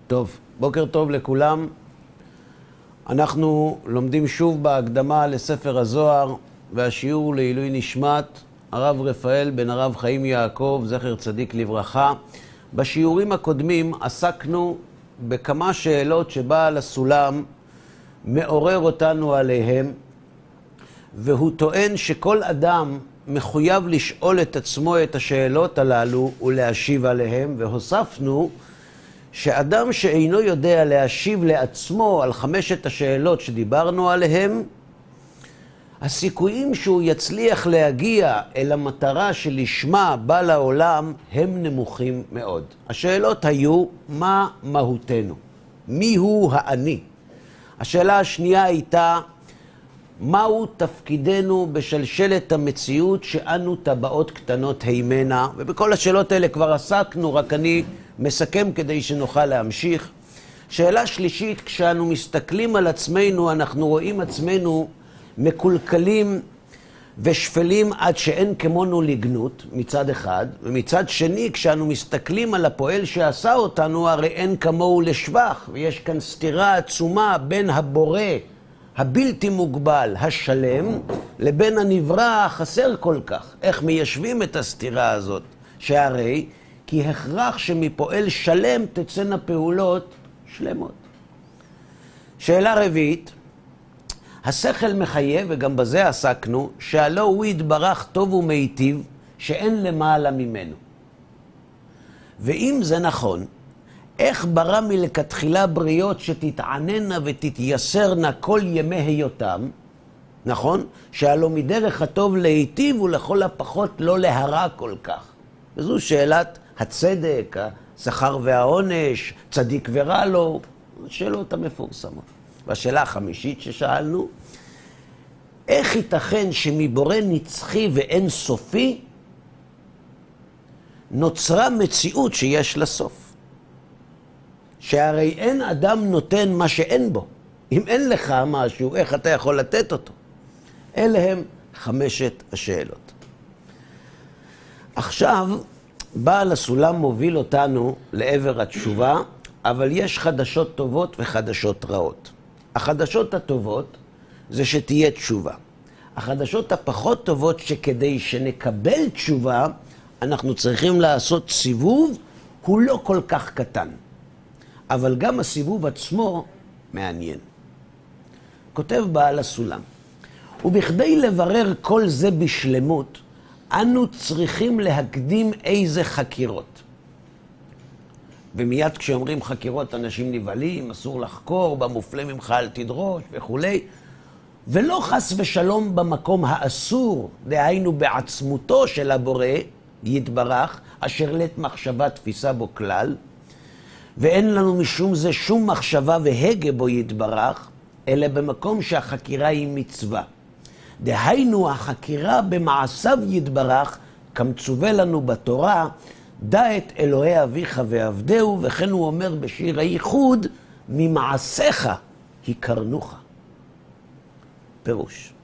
טוב, בוקר טוב לכולם. אנחנו לומדים שוב בהקדמה לספר הזוהר, והשיעור לעילוי נשמת הרב רפאל בן הרב חיים יעקב, זכר צדיק לברכה. בשיעורים הקודמים עסקנו בכמה שאלות שבעל הסולם מעורר אותנו עליהם, והוא טוען שכל אדם מחויב לשאול את עצמו את השאלות הללו ולהשיב עליהם, והוספנו שאדם שאינו יודע להשיב לעצמו על 5 השאלות שדיברנו עליהם, הסיכויים שהוא יצליח להגיע אל המטרה שלשמה בא לעולם הם נמוכים מאוד. השאלות היו, מה מהותנו? מי הוא האני? השאלה השנייה הייתה, מהו תפקידנו בשלשלת המציאות שאנו טבעות קטנות הימנה? ובכל השאלות האלה כבר עסקנו, רק אני מסכם כדי שנוכל להמשיך. שאלה שלישית, כשאנו מסתכלים על עצמנו, אנחנו רואים עצמנו מקולקלים ושפלים עד שאין כמונו לגנות מצד אחד, ומצד שני, כשאנו מסתכלים על הפועל שעשה אותנו, הרי אין כמוהו לשבח, ויש כאן סתירה עצומה בין הבורא הבלתי מוגבל, השלם, לבין הנברא החסר כל כך. איך מיישבים את הסתירה הזאת? שהרי כי הכרח שמפועל שלם תצאנה פעולות שלמות. שאלה רביעית, השכל מחייב, וגם בזה עסקנו, שהלא הוא יתברך טוב ומיטיב, שאין למעלה ממנו. ואם זה נכון, איך ברא מלכתחילה בריות שתתעננה ותתייסרנה כל ימי היותם, נכון? שהלא מדרך הטוב להיטיב ולכל הפחות לא להרע כל כך. וזו שאלת הצדק, השכר והעונש, צדיק ורע לו, שאלות המפורסמות. והשאלה החמישית ששאלנו, איך ייתכן שמבורא נצחי ואין סופי נוצרה מציאות שיש לה סוף? שהרי אין אדם נותן מה שאין בו. אם אין לך משהו, איך אתה יכול לתת אותו? אלה הם 5 השאלות. עכשיו, בעל הסולם מוביל אותנו לעבר התשובה, אבל יש חדשות טובות וחדשות רעות. החדשות הטובות זה שתהיה תשובה. החדשות הפחות טובות שכדי שנקבל תשובה, אנחנו צריכים לעשות סיבוב, הוא לא כל כך קטן. אבל גם הסיבוב עצמו מעניין. כותב בעל הסולם, ובכדי לברר כל זה בשלמות, אנו צריכים להקדים איזה חקירות. ומיד כשאומרים חקירות אנשים נבהלים, אסור לחקור, במופלא ממך אל תדרוש וכו'. ולא חס ושלום במקום האסור, דהיינו בעצמותו של הבורא, יתברך, אשר לית מחשבה תפיסה בו כלל, ואין לנו משום זה שום מחשבה והגה בו יתברך, אלא במקום שהחקירה היא מצווה. דהיינו החקירה במעשיו יתברך, כמצווה לנו בתורה, דע את אלוהי אביך ועבדהו, וכן הוא אומר בשיר הייחוד, ממעשיך הכרנוך. פירוש.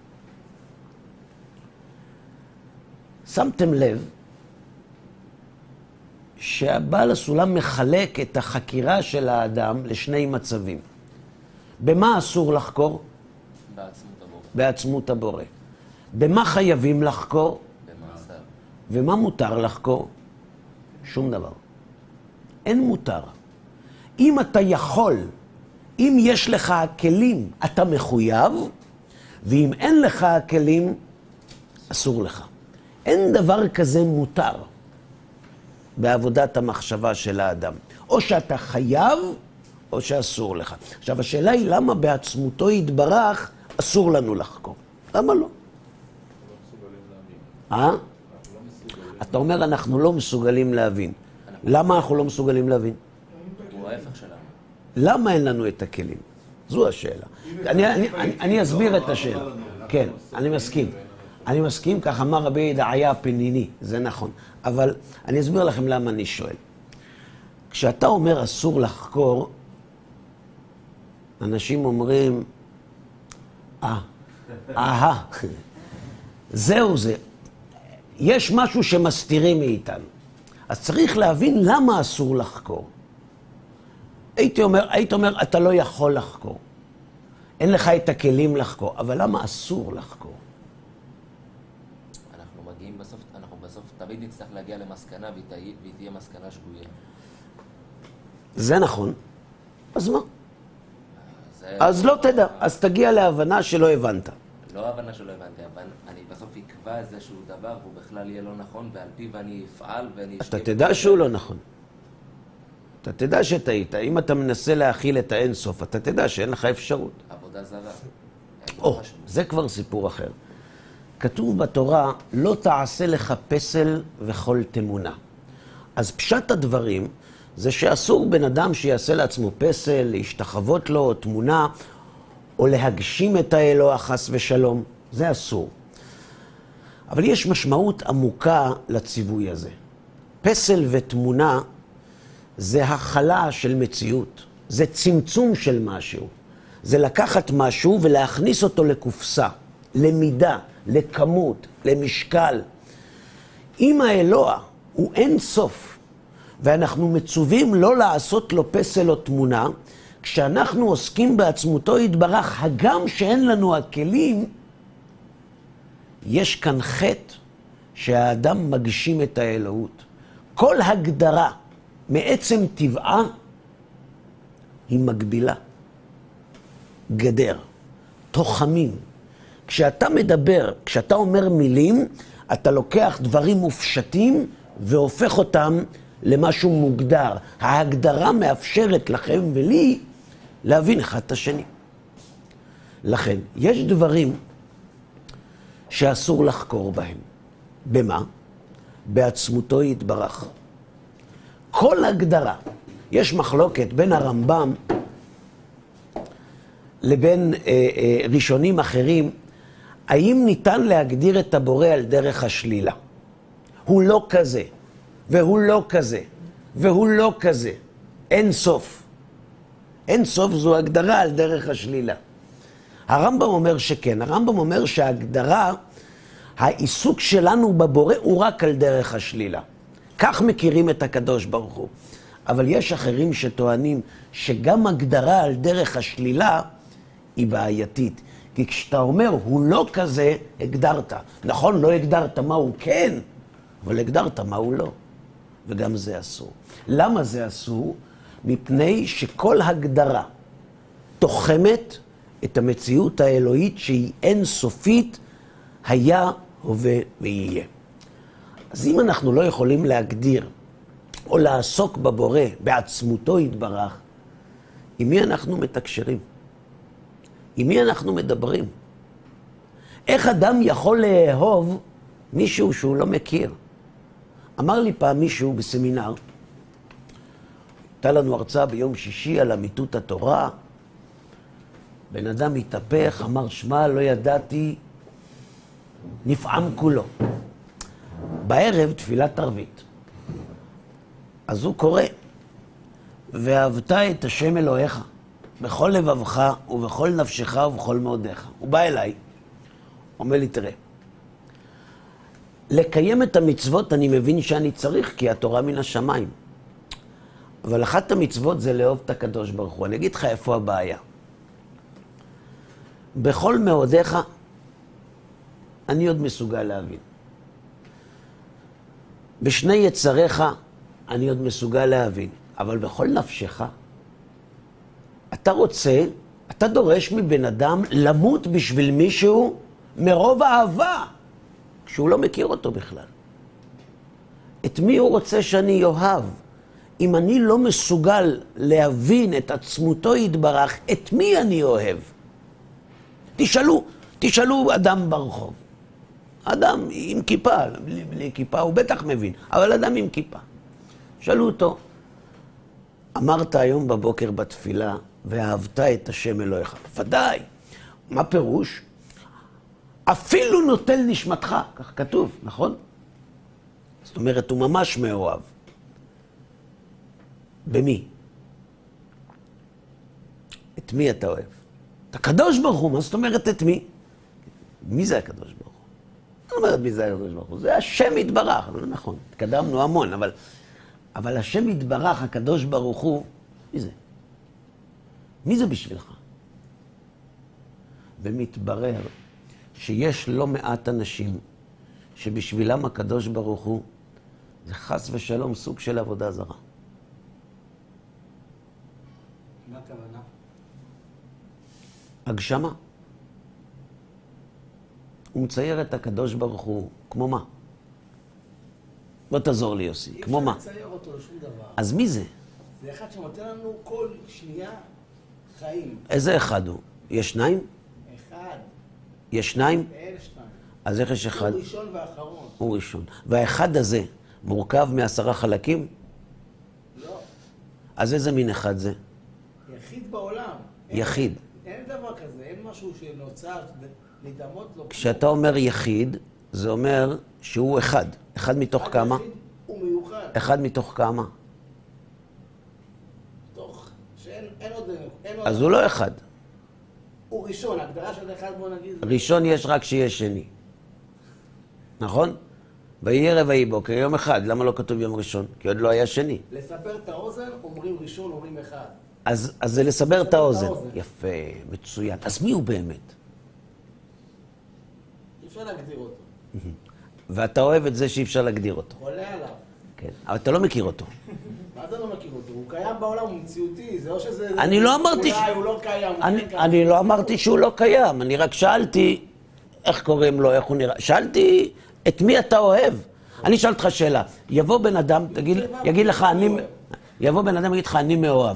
שמתם לב שהבעל הסולם מחלק את החקירה של האדם לשני מצבים. במה אסור לחקור? בעצמות הבורא. בעצמות הבורא. במה חייבים לחקור? במעשיו. ומה מותר לחקור? שום דבר. אין מותר. אם אתה יכול, אם יש לך הכלים, אתה מחויב, ואם אין לך הכלים, אסור לך. אין דבר כזה מותר בעבודת המחשבה של האדם. או שאתה חייב, או שאסור לך. עכשיו, השאלה היא למה בעצמותו יתברך אסור לנו לחקור. למה לא? אתה אומר, אנחנו לא מסוגלים להבין. למה אנחנו לא מסוגלים להבין? הוא ההפך שלנו. למה אין לנו את הכלים? זו השאלה. אני אסביר את השאלה. כן, אני מסכים. אני מסכים, כך אמר רבי ידעיה הפניני, זה נכון. אבל אני אסביר לכם למה אני שואל. כשאתה אומר אסור לחקור, אנשים אומרים, זהו זה. יש משהו שמסתירים מאיתנו. אז צריך להבין למה אסור לחקור. הייתי אומר, אתה לא יכול לחקור. אין לך את הכלים לחקור. אבל למה אסור לחקור? אנחנו מגיעים בסוף תמיד נצטרך להגיע למסקנה, והיא תהיה מסקנה שגויה. זה נכון. אז מה? אז לא תדע. אז תגיע להבנה שלא הבנת. לא הבנה שלא הבנתי, אבל אני בסוף אקבע איזשהו דבר, והוא בכלל יהיה לא נכון, ועל פיו אני אפעל ואני... אתה תדע שהוא לא נכון. אתה תדע שטעית. אם אתה מנסה להכיל את האינסוף, אתה תדע שאין לך אפשרות. עבודה זרה. זה כבר סיפור אחר. כתוב בתורה, לא תעשה לך פסל וכל תמונה. אז פשט הדברים זה שאסור בן אדם שיעשה לעצמו פסל, להשתחוות לו, תמונה, או להגשים את האלוה חס ושלום. זה אסור. אבל יש משמעות עמוקה לציווי הזה. פסל ותמונה זה הכלה של מציאות. זה צמצום של משהו. זה לקחת משהו ולהכניס אותו לקופסה, למידה, לכמות, למשקל. אם האלוה הוא אין סוף, ואנחנו מצווים לא לעשות לו פסל או תמונה, כשאנחנו עוסקים בעצמותו יתברך, הגם שאין לנו הכלים, יש כאן חטא שהאדם מגשים את האלוהות. כל הגדרה מעצם טבעה היא מגבילה. גדר, תוחמים. כשאתה מדבר, כשאתה אומר מילים, אתה לוקח דברים מופשטים והופך אותם למשהו מוגדר. ההגדרה מאפשרת לכם ולי להבין אחד את השני. לכן, יש דברים שאסור לחקור בהם. במה? בעצמותו יתברך. כל הגדרה. יש מחלוקת בין הרמב"ם לבין ראשונים אחרים, האם ניתן להגדיר את הבורא על דרך השלילה? הוא לא כזה, והוא לא כזה, והוא לא כזה. אין סוף. אין סוף זו הגדרה על דרך השלילה. הרמב"ם אומר שכן. הרמב"ם אומר שההגדרה, העיסוק שלנו בבורא הוא רק על דרך השלילה. כך מכירים את הקדוש ברוך הוא. אבל יש אחרים שטוענים שגם הגדרה על דרך השלילה היא בעייתית. כי כשאתה אומר, הוא לא כזה, הגדרת. נכון, לא הגדרת מה הוא כן, אבל הגדרת מה הוא לא. וגם זה אסור. למה זה אסור? מפני שכל הגדרה תוחמת את המציאות האלוהית שהיא אינסופית, היה, הווה ויהיה. אז אם אנחנו לא יכולים להגדיר או לעסוק בבורא, בעצמותו יתברך, עם מי אנחנו מתקשרים? עם מי אנחנו מדברים? איך אדם יכול לאהוב מישהו שהוא לא מכיר? אמר לי פעם מישהו בסמינר, הייתה לנו הרצאה ביום שישי על אמיתות התורה, בן אדם התהפך, אמר שמע, לא ידעתי, נפעם כולו. בערב תפילת ערבית. אז הוא קורא, ואהבת את השם אלוהיך, בכל לבבך ובכל נפשך ובכל מאודיך. הוא בא אליי, אומר לי, תראה, לקיים את המצוות אני מבין שאני צריך, כי התורה מן השמיים. אבל אחת המצוות זה לאהוב את הקדוש ברוך הוא. אני אגיד לך איפה הבעיה. בכל מאודיך אני עוד מסוגל להבין. בשני יצריך אני עוד מסוגל להבין. אבל בכל נפשך, אתה דורש מבן אדם למות בשביל מישהו מרוב אהבה, כשהוא לא מכיר אותו בכלל. את מי הוא רוצה שאני אוהב? אם אני לא מסוגל להבין את עצמותו יתברך, את מי אני אוהב? תשאלו אדם ברחוב. אדם עם כיפה, בלי כיפה הוא בטח מבין, אבל אדם עם כיפה. שאלו אותו, אמרת היום בבוקר בתפילה, ואהבת את השם אלוהיך. ודאי. מה פירוש? אפילו נוטל נשמתך, כך כתוב, נכון? זאת אומרת, הוא ממש מאוהב. במי? את מי אתה אוהב? את הקדוש ברוך הוא, מה זאת אומרת את מי? מי זה הקדוש ברוך הוא? זאת אומרת, מי זה הקדוש ברוך הוא? זה השם יתברך, לא נכון, התקדמנו המון, אבל השם יתברך, הקדוש ברוך הוא, מי זה? מי זה בשבילך? ומתברר שיש לא מעט אנשים שבשבילם הקדוש ברוך הוא זה חס ושלום סוג של עבודה זרה. מה הכוונה? הגשמה. הוא מצייר את הקדוש ברוך הוא כמו מה? בוא תעזור לי יוסי, כמו מה? אי אפשר לצייר אותו לשום דבר. אז מי זה? זה אחד שנותן לנו כל שנייה חיים. איזה אחד הוא? יש שניים? אחד. יש שניים? אין שניים. אז איך יש אחד? הוא ראשון ואחרון. הוא ראשון. והאחד הזה מורכב מ10 חלקים? לא. אז איזה מין אחד זה? יחיד בעולם. יחיד. אין דבר כזה, אין משהו שנוצר, להידמות לו. כשאתה אומר יחיד, זה אומר שהוא אחד. אחד מתוך כמה? יחיד הוא מיוחד. אחד מתוך כמה? תוך שאין עוד... אז הוא לא אחד. הוא ראשון, ההגדרה של אחד בוא נגיד... ראשון יש רק שיש שני. נכון? ויהי ערב ויהי בוקר, יום אחד. למה לא כתוב יום ראשון? כי עוד לא היה שני. לסבר את האוזן, אומרים ראשון, אומרים אחד. אז זה לסבר את האוזן. האוזן. יפה, מצוין. אז מי הוא באמת? אי אפשר להגדיר אותו. ואתה אוהב את זה שאי אפשר להגדיר אותו. חולה עליו. כן. אבל אתה לא מכיר אותו. מה אתה לא מכיר אותו? הוא קיים בעולם, הוא מציאותי. זה או שזה... אני לא אמרתי... אולי הוא לא קיים. הוא כן קיים. אני לא אמרתי שהוא לא קיים. אני רק שאלתי איך קוראים לו, איך הוא נראה. שאלתי את מי אתה אוהב. אני אשאל אותך שאלה. יבוא בן אדם, יגיד לך, יבוא בן אדם, יגיד לך, אני מאוהב.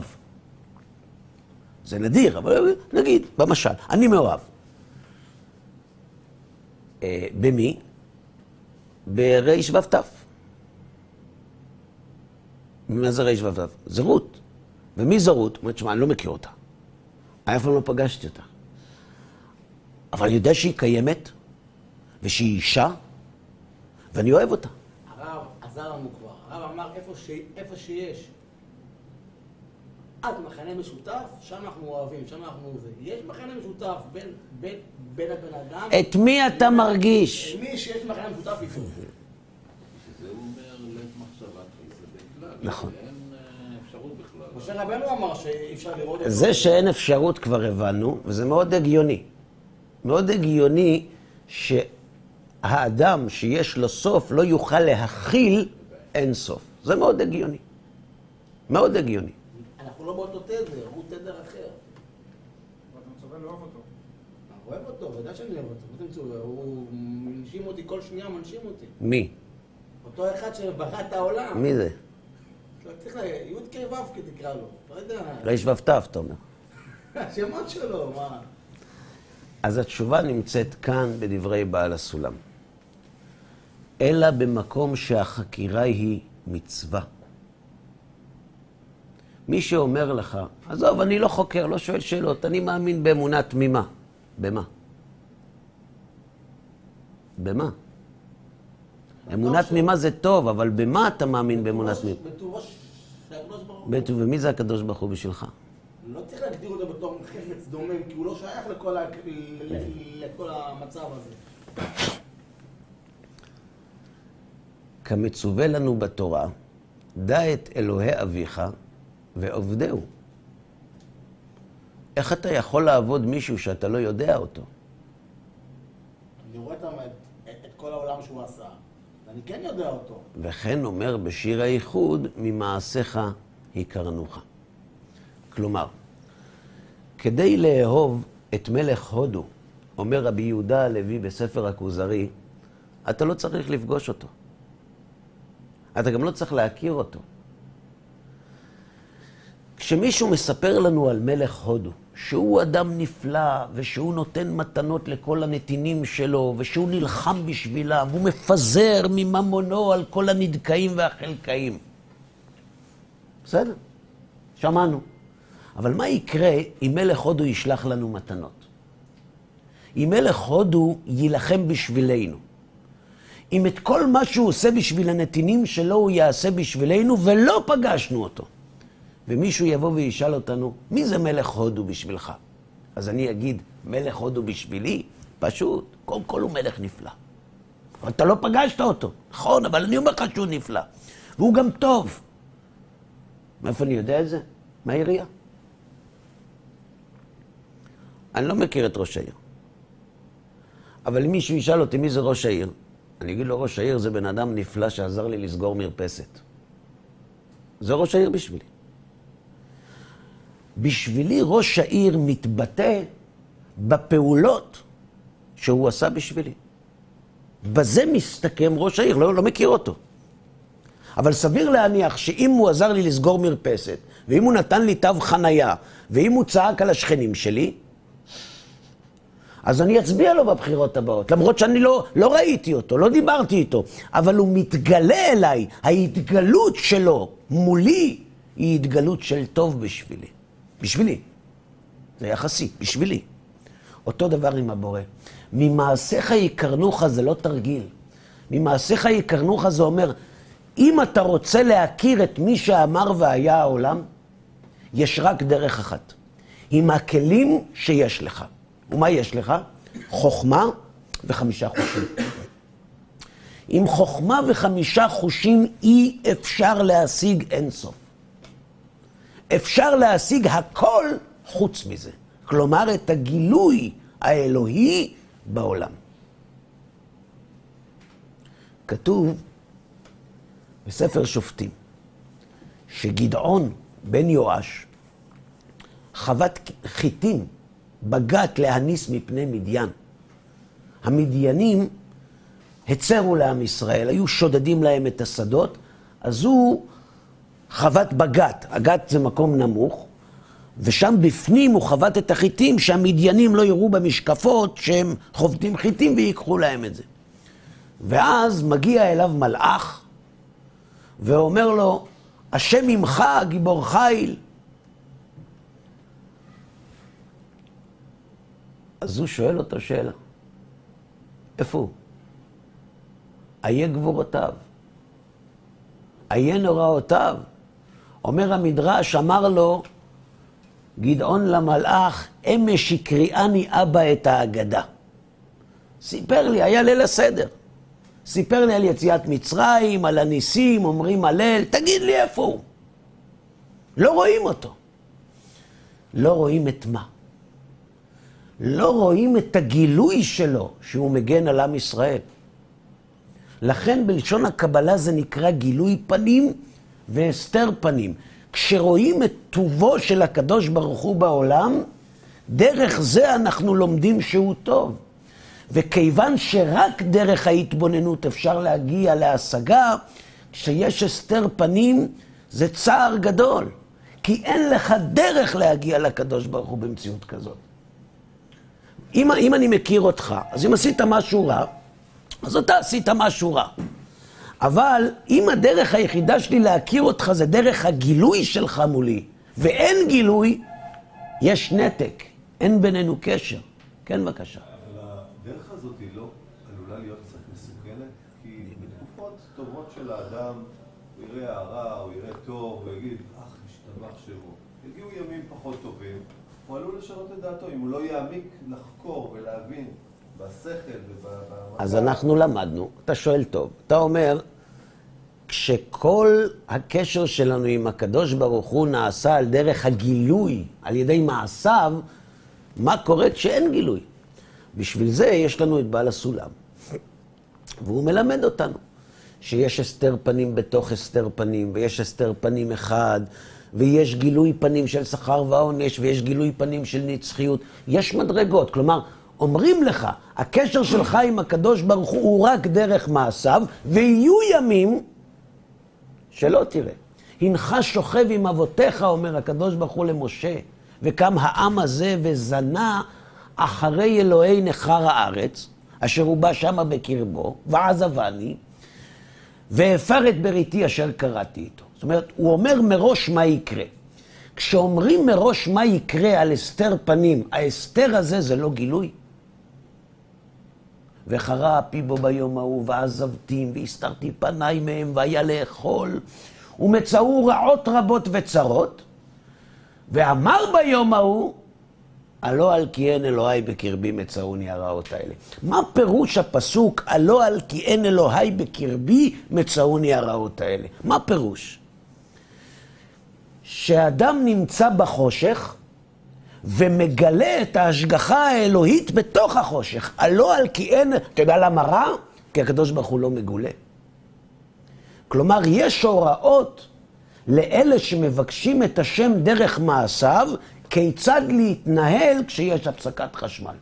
זה נדיר, אבל נגיד, במשל, אני מאוהב. במי? בריש ו"ת. מה זה ריש ו"ת? זה רות. ומי זו רות? אומרת, שמע, אני לא מכיר אותה. אני אף פעם לא פגשתי אותה. אבל אני יודע שהיא קיימת, ושהיא אישה, ואני אוהב אותה. הרב עזר לנו כבר. הרב אמר, איפה שיש עד מחנה משותף, שם אנחנו אוהבים, שם אנחנו זה. יש מחנה משותף בין הבן אדם... את מי אתה מרגיש? מי שיש מחנה משותף איתו. זה הוא אומר לב מחשבה תפיסה בכלל. נכון. אין אפשרות בכלל. משה רבנו אמר שאי אפשר לראות אותו. זה שאין אפשרות כבר הבנו, וזה מאוד הגיוני. מאוד הגיוני שהאדם שיש לו סוף לא יוכל להכיל אין סוף. זה מאוד הגיוני. מאוד הגיוני. אנחנו לא באותו תדר, הוא תדר אחר. ואתה מצווה לאהוב אותו. אני אוהב אותו, ודאי שאני אוהב אותו. מה תמצאו? הוא מנשים אותי כל שנייה, מנשים אותי. מי? אותו אחד שברא את העולם. מי זה? לא צריך י' כ' ו' תקרא לו. לא יודע. ריש ו"ת, אתה אומר. השמות שלו, מה? אז התשובה נמצאת כאן בדברי בעל הסולם. אלא במקום שהחקירה היא מצווה. מי שאומר לך, עזוב, אני לא חוקר, לא שואל שאלות, אני מאמין באמונה תמימה. במה? במה? אמונה תמימה זה טוב, אבל במה אתה מאמין באמונה תמימה? בטובו של הקדוש ברוך הוא. ומי זה הקדוש ברוך הוא בשבילך? לא צריך להגדיר אותו בתור חפץ דומם, כי הוא לא שייך לכל המצב הזה. כמצווה לנו בתורה, דע את אלוהי אביך ועובדהו. איך אתה יכול לעבוד מישהו שאתה לא יודע אותו? אני רואה את כל העולם שהוא עשה, ואני כן יודע אותו. וכן אומר בשיר הייחוד, ממעשיך הכרנוך. כלומר, כדי לאהוב את מלך הודו, אומר רבי יהודה הלוי בספר הכוזרי, אתה לא צריך לפגוש אותו. אתה גם לא צריך להכיר אותו. כשמישהו מספר לנו על מלך הודו, שהוא אדם נפלא, ושהוא נותן מתנות לכל הנתינים שלו, ושהוא נלחם בשבילם, והוא מפזר מממונו על כל הנדכאים והחלקאים. בסדר, שמענו. אבל מה יקרה אם מלך הודו ישלח לנו מתנות? אם מלך הודו יילחם בשבילנו. אם את כל מה שהוא עושה בשביל הנתינים שלו הוא יעשה בשבילנו ולא פגשנו אותו. ומישהו יבוא וישאל אותנו, מי זה מלך הודו בשבילך? אז אני אגיד, מלך הודו בשבילי? פשוט, קודם כל הוא מלך נפלא. אבל אתה לא פגשת אותו. נכון, אבל אני אומר לך שהוא נפלא. והוא גם טוב. מאיפה אני יודע את זה? מהעירייה. אני לא מכיר את ראש העיר. אבל אם מישהו ישאל אותי מי זה ראש העיר, אני אגיד לו, ראש העיר זה בן אדם נפלא שעזר לי לסגור מרפסת. זה ראש העיר בשבילי. בשבילי ראש העיר מתבטא בפעולות שהוא עשה בשבילי. בזה מסתכם ראש העיר, לא מכיר אותו. אבל סביר להניח שאם הוא עזר לי לסגור מרפסת, ואם הוא נתן לי תו חנייה, ואם הוא צעק על השכנים שלי, אז אני אצביע לו בבחירות הבאות, למרות שאני לא ראיתי אותו, לא דיברתי איתו, אבל הוא מתגלה אליי, ההתגלות שלו מולי היא התגלות של טוב בשבילי. בשבילי. זה יחסי, בשבילי. אותו דבר עם הבורא. ממעשיך יקרנוך זה לא תרגיל. ממעשיך יקרנוך זה אומר, אם אתה רוצה להכיר את מי שאמר והיה העולם, יש רק דרך אחת. עם הכלים שיש לך. ומה יש לך? חוכמה ו5 חושים. עם חוכמה ו5 חושים אי אפשר להשיג אינסוף. אפשר להשיג הכל חוץ מזה. כלומר, את הגילוי האלוהי בעולם. כתוב בספר שופטים, שגדעון בן יואש חוות חיטים בגת להניס מפני מדיין. המדיינים הצרו לעם ישראל, היו שודדים להם את השדות, אז הוא חוות בגת. הגת זה מקום נמוך, ושם בפנים הוא חוות את החיטים שהמדיינים לא יראו במשקפות שהם חובטים חיטים ויקחו להם את זה. ואז מגיע אליו מלאך ואומר לו, השם ממך גיבור חיל. אז הוא שואל אותו שאלה, איפה הוא? איה גבורותיו? איה נוראותיו? אומר המדרש, אמר לו גדעון למלאך, אמש הקריאני אבא את האגדה. סיפר לי, היה ליל הסדר. סיפר לי על יציאת מצרים, על הניסים, אומרים הלל, תגיד לי איפה הוא? לא רואים אותו. לא רואים את מה? לא רואים את הגילוי שלו שהוא מגן על עם ישראל. לכן בלשון הקבלה זה נקרא גילוי פנים והסתר פנים. כשרואים את טובו של הקדוש ברוך הוא בעולם, דרך זה אנחנו לומדים שהוא טוב. וכיוון שרק דרך ההתבוננות אפשר להגיע להשגה, כשיש הסתר פנים זה צער גדול. כי אין לך דרך להגיע לקדוש ברוך הוא במציאות כזאת. אם אני מכיר אותך, אז אם עשית משהו רע, אז אתה עשית משהו רע. אבל אם הדרך היחידה שלי להכיר אותך זה דרך הגילוי שלך מולי, ואין גילוי, יש נתק, אין בינינו קשר. כן, בבקשה. אבל הדרך הזאת היא לא עלולה להיות קצת מסוכנת, כי בתקופות טובות של האדם, הוא יראה הערה, הוא יראה טוב, הוא יגיד, השתבח שמו. יגיעו ימים פחות טובים, הוא עלול לשנות את דעתו, אם הוא לא יעמיק לחקור ולהבין בשכל ובמצב. אז אנחנו למדנו, אתה שואל טוב, אתה אומר, כשכל הקשר שלנו עם הקדוש ברוך הוא נעשה על דרך הגילוי, על ידי מעשיו, מה קורה כשאין גילוי? בשביל זה יש לנו את בעל הסולם. והוא מלמד אותנו שיש הסתר פנים בתוך הסתר פנים, ויש הסתר פנים אחד, ויש גילוי פנים של שכר ועונש, ויש גילוי פנים של נצחיות. יש מדרגות, כלומר, אומרים לך, הקשר שלך עם הקדוש ברוך הוא רק דרך מעשיו, ויהיו ימים שלא תראה. הנך שוכב עם אבותיך, אומר הקדוש ברוך הוא למשה, וקם העם הזה וזנה אחרי אלוהי נחר הארץ, אשר הוא בא שמה בקרבו, ועזבני, והפר את בריתי אשר קראתי איתו. זאת אומרת, הוא אומר מראש מה יקרה. כשאומרים מראש מה יקרה על הסתר פנים, ההסתר הזה זה לא גילוי. וחרה אפי בו ביום ההוא, ועזבתים, והסתרתי פניי מהם, והיה לאכול, ומצאו רעות רבות וצרות, ואמר ביום ההוא, הלא על כי אין אלוהי בקרבי מצאוני הרעות האלה. מה פירוש הפסוק, הלא על כי אין אלוהי בקרבי מצאוני הרעות האלה? מה פירוש? שאדם נמצא בחושך, ומגלה את ההשגחה האלוהית בתוך החושך. הלא על כי אין, אתה יודע למה רע? כי הקדוש ברוך הוא לא מגולה. כלומר, יש הוראות לאלה שמבקשים את השם דרך מעשיו, כיצד להתנהל כשיש הפסקת חשמל.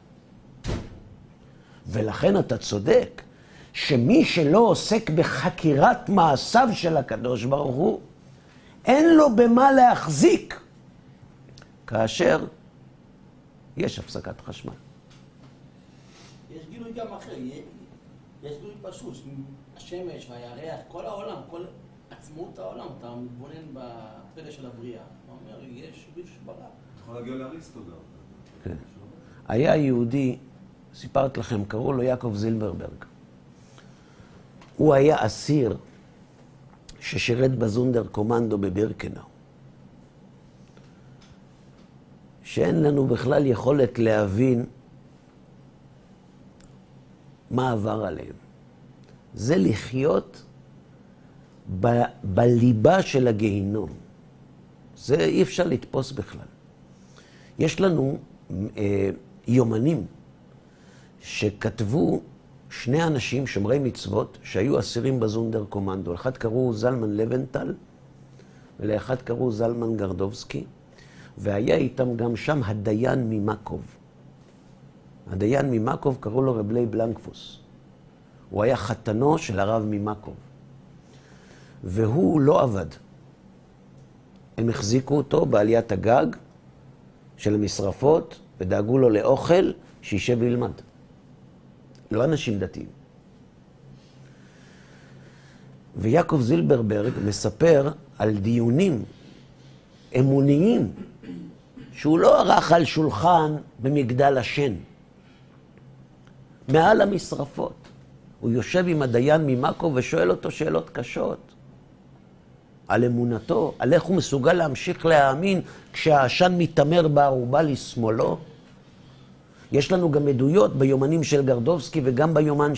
ולכן אתה צודק, שמי שלא עוסק בחקירת מעשיו של הקדוש ברוך הוא, אין לו במה להחזיק, כאשר יש הפסקת חשמל. יש גילוי גם אחר, יש גילוי פשוט, השמש והירח, כל העולם, כל עצמאות העולם, אתה מתבונן בפלא של הבריאה. אתה אומר, יש מישהו ברא. אתה יכול להגיע לאריסטו גם. כן. היה יהודי, סיפרת לכם, קראו לו יעקב זילברברג. הוא היה אסיר ששירת בזונדר קומנדו בבירקנאו. שאין לנו בכלל יכולת להבין מה עבר עליהם. זה לחיות בליבה של הגיהינום. זה אי אפשר לתפוס בכלל. יש לנו יומנים שכתבו שני אנשים שומרי מצוות שהיו אסירים בזונדר קומנדו. אחד קראו זלמן לבנטל ולאחד קראו זלמן גרדובסקי, והיה איתם גם שם הדיין ממקוב. הדיין ממקוב קראו לו רב לייב בלנקפוס. הוא היה חתנו של הרב ממקוב. והוא לא עבד. הם החזיקו אותו בעליית הגג של המשרפות ודאגו לו לאוכל שישב וילמד. לא אנשים דתיים. ויעקב זילברברג מספר על דיונים אמוניים שהוא לא ערך על שולחן במגדל השן. מעל המשרפות. הוא יושב עם הדיין ממקוב ושואל אותו שאלות קשות. על אמונתו, על איך הוא מסוגל להמשיך להאמין כשהעשן מתאמר בערובה לשמאלו. יש לנו גם עדויות ביומנים של גרדובסקי וגם ביומן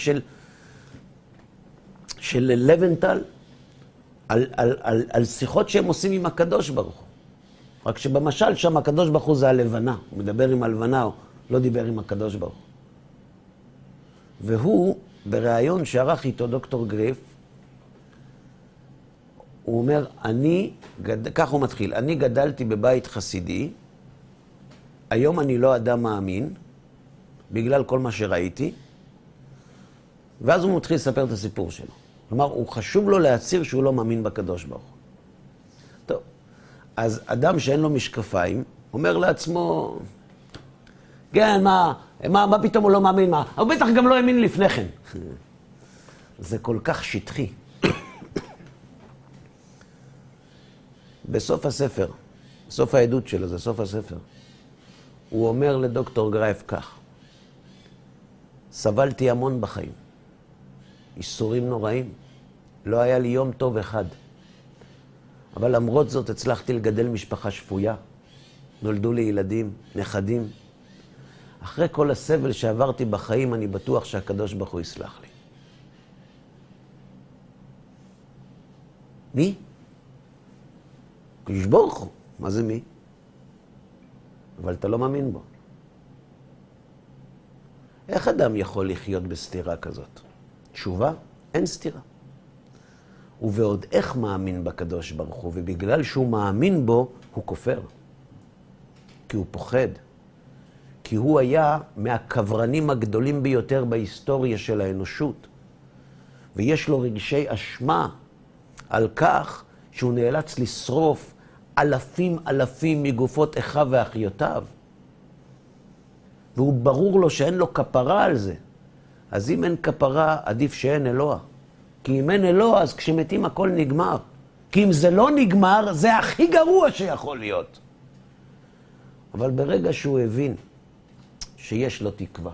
של לבנטל על שיחות שהם עושים עם הקדוש ברוך הוא. רק שבמשל שם הקדוש ברוך הוא זה הלבנה. הוא מדבר עם הלבנה, הוא לא דיבר עם הקדוש ברוך הוא. והוא, בריאיון שערך איתו דוקטור גריף, הוא אומר, כך הוא מתחיל, אני גדלתי בבית חסידי, היום אני לא אדם מאמין, בגלל כל מה שראיתי, ואז הוא מתחיל לספר את הסיפור שלו. כלומר, הוא חשוב לו להצהיר שהוא לא מאמין בקדוש ברוך הוא. טוב, אז אדם שאין לו משקפיים, אומר לעצמו, כן, מה פתאום הוא לא מאמין? מה? הוא בטח גם לא האמין לפני כן. זה כל כך שטחי. בסוף הספר, בסוף העדות שלו, זה סוף הספר, הוא אומר לדוקטור גרייף כך, סבלתי המון בחיים, איסורים נוראים, לא היה לי יום טוב אחד, אבל למרות זאת הצלחתי לגדל משפחה שפויה, נולדו לי ילדים, נכדים. אחרי כל הסבל שעברתי בחיים, אני בטוח שהקדוש ברוך הוא יסלח לי. מי? הקדוש ברוך הוא. מה זה מי? אבל אתה לא מאמין בו. איך אדם יכול לחיות בסתירה כזאת? תשובה? אין סתירה. ובעוד איך מאמין בקדוש ברוך הוא, ובגלל שהוא מאמין בו, הוא כופר. כי הוא פוחד. כי הוא היה מהקברנים הגדולים ביותר בהיסטוריה של האנושות. ויש לו רגשי אשמה על כך שהוא נאלץ לשרוף אלפים מגופות אחיו ואחיותיו. והוא ברור לו שאין לו כפרה על זה. אז אם אין כפרה, עדיף שאין אלוה. כי אם אין אלוה, אז כשמתים הכל נגמר. כי אם זה לא נגמר, זה הכי גרוע שיכול להיות. אבל ברגע שהוא הבין שיש לו תקווה,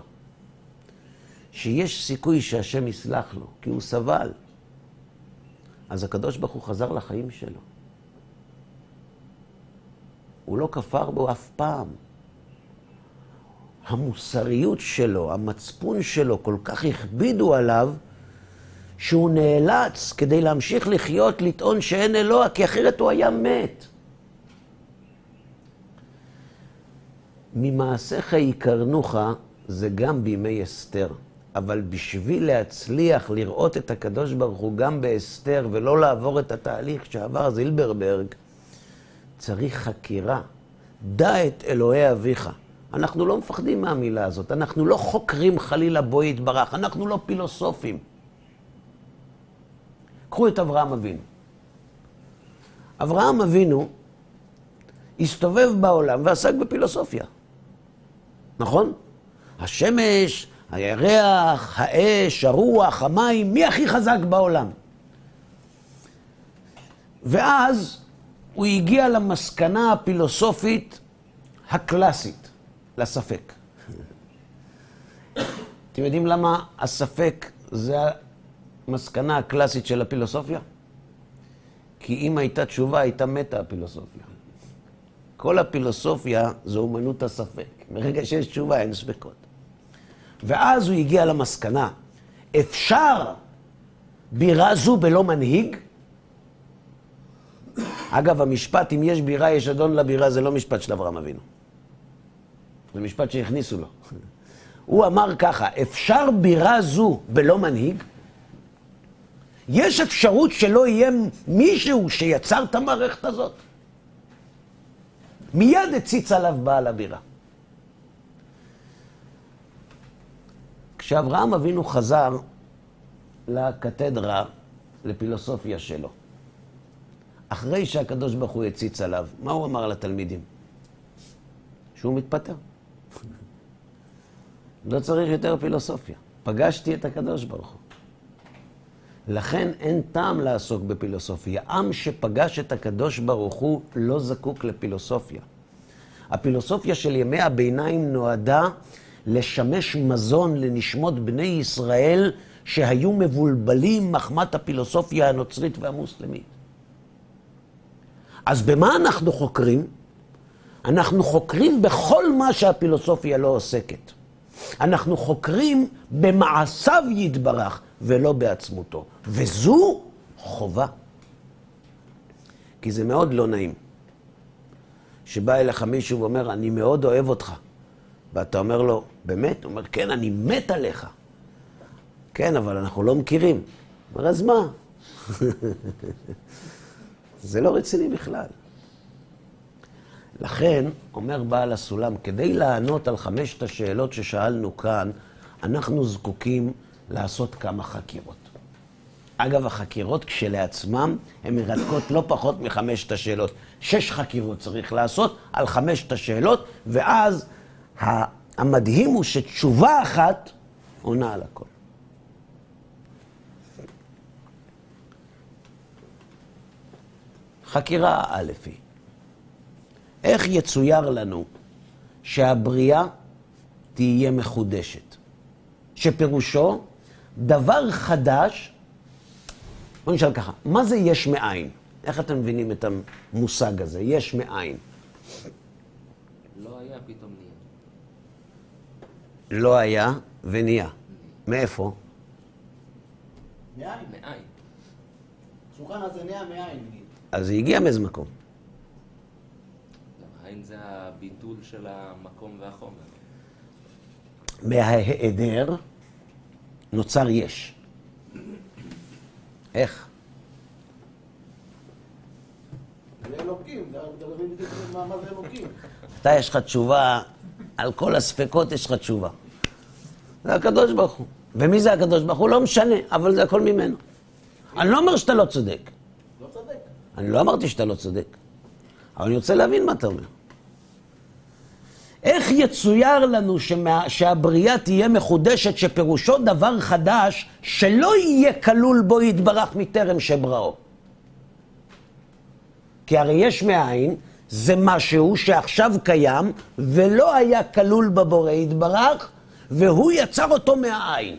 שיש סיכוי שהשם יסלח לו, כי הוא סבל, אז הקדוש ברוך הוא חזר לחיים שלו. הוא לא כפר בו אף פעם. המוסריות שלו, המצפון שלו, כל כך הכבידו עליו, שהוא נאלץ כדי להמשיך לחיות, לטעון שאין אלוה, כי אחרת הוא היה מת. ממעשיך יקרנוך זה גם בימי אסתר, אבל בשביל להצליח לראות את הקדוש ברוך הוא גם באסתר ולא לעבור את התהליך שעבר זילברברג, צריך חקירה. דע את אלוהי אביך. אנחנו לא מפחדים מהמילה הזאת, אנחנו לא חוקרים חלילה בו יתברך, אנחנו לא פילוסופים. קחו את אברהם אבינו. אברהם אבינו הסתובב בעולם ועסק בפילוסופיה. נכון? השמש, הירח, האש, הרוח, המים, מי הכי חזק בעולם? ואז הוא הגיע למסקנה הפילוסופית הקלאסית, לספק. אתם יודעים למה הספק זה המסקנה הקלאסית של הפילוסופיה? כי אם הייתה תשובה, הייתה מתה הפילוסופיה. כל הפילוסופיה זו אומנות הספק. מרגע שיש תשובה, אין ספקות. ואז הוא הגיע למסקנה, אפשר בירה זו בלא מנהיג? אגב, המשפט, אם יש בירה, יש אדון לבירה, זה לא משפט של אברהם אבינו. זה משפט שהכניסו לו. הוא אמר ככה, אפשר בירה זו בלא מנהיג? יש אפשרות שלא יהיה מישהו שיצר את המערכת הזאת? מיד הציץ עליו בעל הבירה. כשאברהם אבינו חזר לקתדרה, לפילוסופיה שלו, אחרי שהקדוש ברוך הוא הציץ עליו, מה הוא אמר לתלמידים? שהוא מתפטר. לא צריך יותר פילוסופיה. פגשתי את הקדוש ברוך הוא. לכן אין טעם לעסוק בפילוסופיה. עם שפגש את הקדוש ברוך הוא לא זקוק לפילוסופיה. הפילוסופיה של ימי הביניים נועדה לשמש מזון לנשמות בני ישראל שהיו מבולבלים מחמת הפילוסופיה הנוצרית והמוסלמית. אז במה אנחנו חוקרים? אנחנו חוקרים בכל מה שהפילוסופיה לא עוסקת. אנחנו חוקרים במעשיו יתברך ולא בעצמותו. וזו חובה. כי זה מאוד לא נעים. שבא אליך מישהו ואומר, אני מאוד אוהב אותך. ואתה אומר לו, באמת? הוא אומר, כן, אני מת עליך. כן, אבל אנחנו לא מכירים. הוא אומר, אז מה? זה לא רציני בכלל. לכן, אומר בעל הסולם, כדי לענות על 5 השאלות ששאלנו כאן, אנחנו זקוקים לעשות כמה חקירות. אגב, החקירות כשלעצמם הן מרתקות לא פחות מ5 השאלות. 6 חקירות צריך לעשות על 5 השאלות, ואז המדהים הוא שתשובה אחת עונה על הכל. חקירה א' היא, איך יצויר לנו שהבריאה תהיה מחודשת? שפירושו דבר חדש, בוא נשאל ככה, מה זה יש מאין? איך אתם מבינים את המושג הזה, יש מאין? לא היה, פתאום נהיה. לא היה ונהיה. מאיפה? מאין. מאין. השולחן הזה נהיה מאין, נגיד. אז זה הגיע מאיזה מקום. מאין זה הביטול של המקום והחומר. מההיעדר נוצר יש. איך? זה אלוקים, זה מדברים בדיוק מה זה אלוקים. אתה יש לך תשובה, על כל הספקות יש לך תשובה. זה הקדוש ברוך הוא. ומי זה הקדוש ברוך הוא? לא משנה, אבל זה הכל ממנו. אני לא אומר שאתה לא צודק. לא צודק. אני לא אמרתי שאתה לא צודק. אבל אני רוצה להבין מה אתה אומר. איך יצויר לנו שהבריאה תהיה מחודשת, שפירושו דבר חדש, שלא יהיה כלול בו יתברך מטרם שבראו? כי הרי יש מאין, זה משהו שעכשיו קיים, ולא היה כלול בבורא יתברך, והוא יצר אותו מהעין.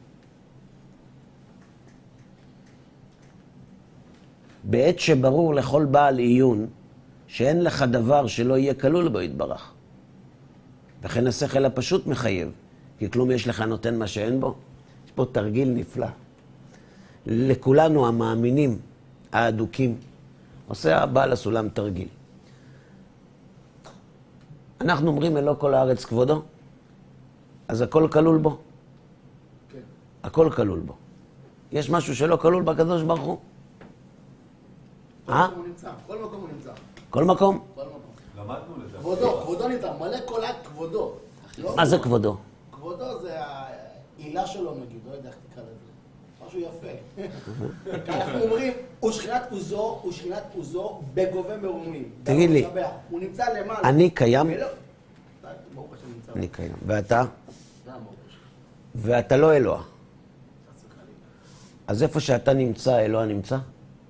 בעת שברור לכל בעל עיון, שאין לך דבר שלא יהיה כלול בו יתברך. לכן השכל הפשוט מחייב, כי כלום יש לך נותן מה שאין בו. יש פה תרגיל נפלא. לכולנו המאמינים, האדוקים, עושה בעל הסולם תרגיל. אנחנו אומרים מלוא כל הארץ כבודו, אז הכל כלול בו. כן. הכל כלול בו. יש משהו שלא כלול בקדוש ברוך הוא? כל מקום הוא נמצא. כל מקום הוא נמצא. כל מקום? כל מקום. למדנו לדעת. כבודו נמצא. מלא כל כבודו. מה זה כבודו? כבודו זה העילה שלו נגיד, לא יודע איך תקרא לזה. משהו יפה. אנחנו אומרים, הוא שכינת עוזו בגובה מרומים. תגיד לי. הוא נמצא למעלה. אני קיים? ברוך השם נמצא. אני קיים. ואתה? זה המהות שלך. ואתה לא אלוה. חס וחלילה. אז איפה שאתה נמצא, אלוה נמצא?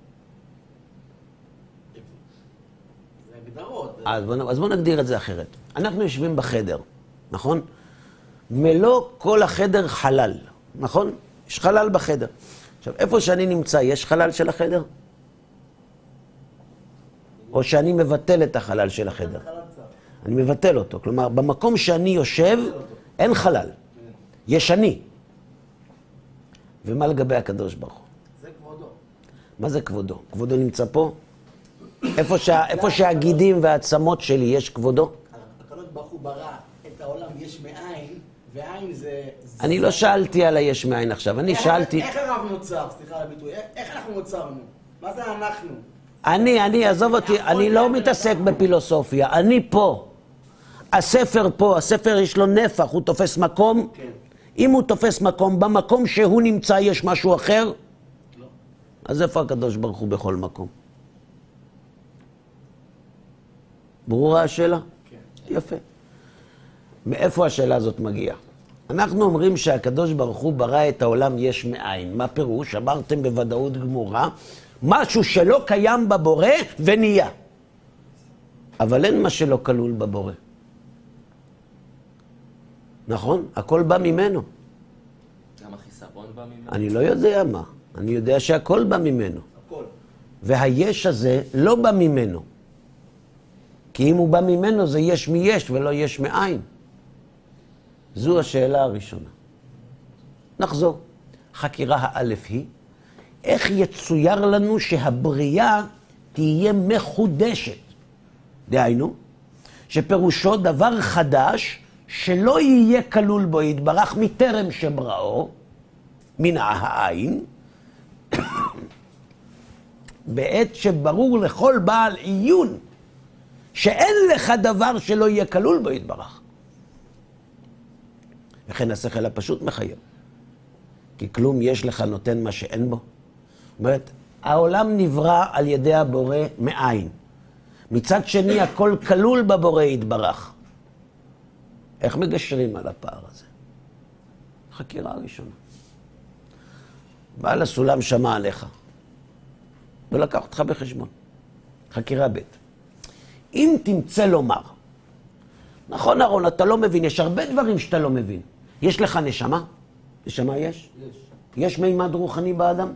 זה הגדרות. אז בוא נגדיר את זה אחרת. אנחנו יושבים בחדר, נכון? מלוא כל החדר חלל, נכון? יש חלל בחדר. עכשיו, איפה שאני נמצא, יש חלל של החדר? או שאני מבטל את החלל של החדר? אני מבטל אותו. כלומר, במקום שאני יושב, אין חלל. יש אני. ומה לגבי הקדוש ברוך הוא? זה כבודו. מה זה כבודו? כבודו נמצא פה? איפה שהגידים והעצמות שלי יש כבודו? הקדוש ברוך הוא ברא את העולם יש מאין, ועין זה... אני לא שאלתי על היש מאין עכשיו, אני שאלתי... איך הרב נוצר? סליחה על הביטוי. איך אנחנו נוצרנו? מה זה אנחנו? אני, עזוב אותי, אני לא מתעסק בפילוסופיה, אני פה. הספר פה, הספר יש לו נפח, הוא תופס מקום? כן. אם הוא תופס מקום, במקום שהוא נמצא יש משהו אחר? לא. אז איפה הקדוש ברוך הוא בכל מקום? ברורה השאלה? כן. יפה. מאיפה השאלה הזאת מגיעה? אנחנו אומרים שהקדוש ברוך הוא ברא את העולם יש מאין. מה פירוש? אמרתם בוודאות גמורה, משהו שלא קיים בבורא ונהיה. אבל אין מה שלא כלול בבורא. נכון? הכל בא ממנו. גם החיסרון בא ממנו? אני לא יודע מה. אני יודע שהכל בא ממנו. הכל. והיש הזה לא בא ממנו. כי אם הוא בא ממנו זה יש מיש ולא יש מאין. זו השאלה הראשונה. נחזור. חקירה האלף היא, איך יצויר לנו שהבריאה תהיה מחודשת? דהיינו, שפירושו דבר חדש שלא יהיה כלול בו יתברך מטרם שבראו, מן העין, בעת שברור לכל בעל עיון, שאין לך דבר שלא יהיה כלול בו יתברך. וכן השכל הפשוט מחייב. כי כלום יש לך נותן מה שאין בו. זאת אומרת, העולם נברא על ידי הבורא מאין. מצד שני, הכל כלול בבורא יתברך. איך מגשרים על הפער הזה? חקירה ראשונה. בעל הסולם שמע עליך, ולקח אותך בחשבון. חקירה ב'. אם תמצא לומר, נכון אהרון, אתה לא מבין, יש הרבה דברים שאתה לא מבין. יש לך נשמה? נשמה יש? יש מימד רוחני באדם?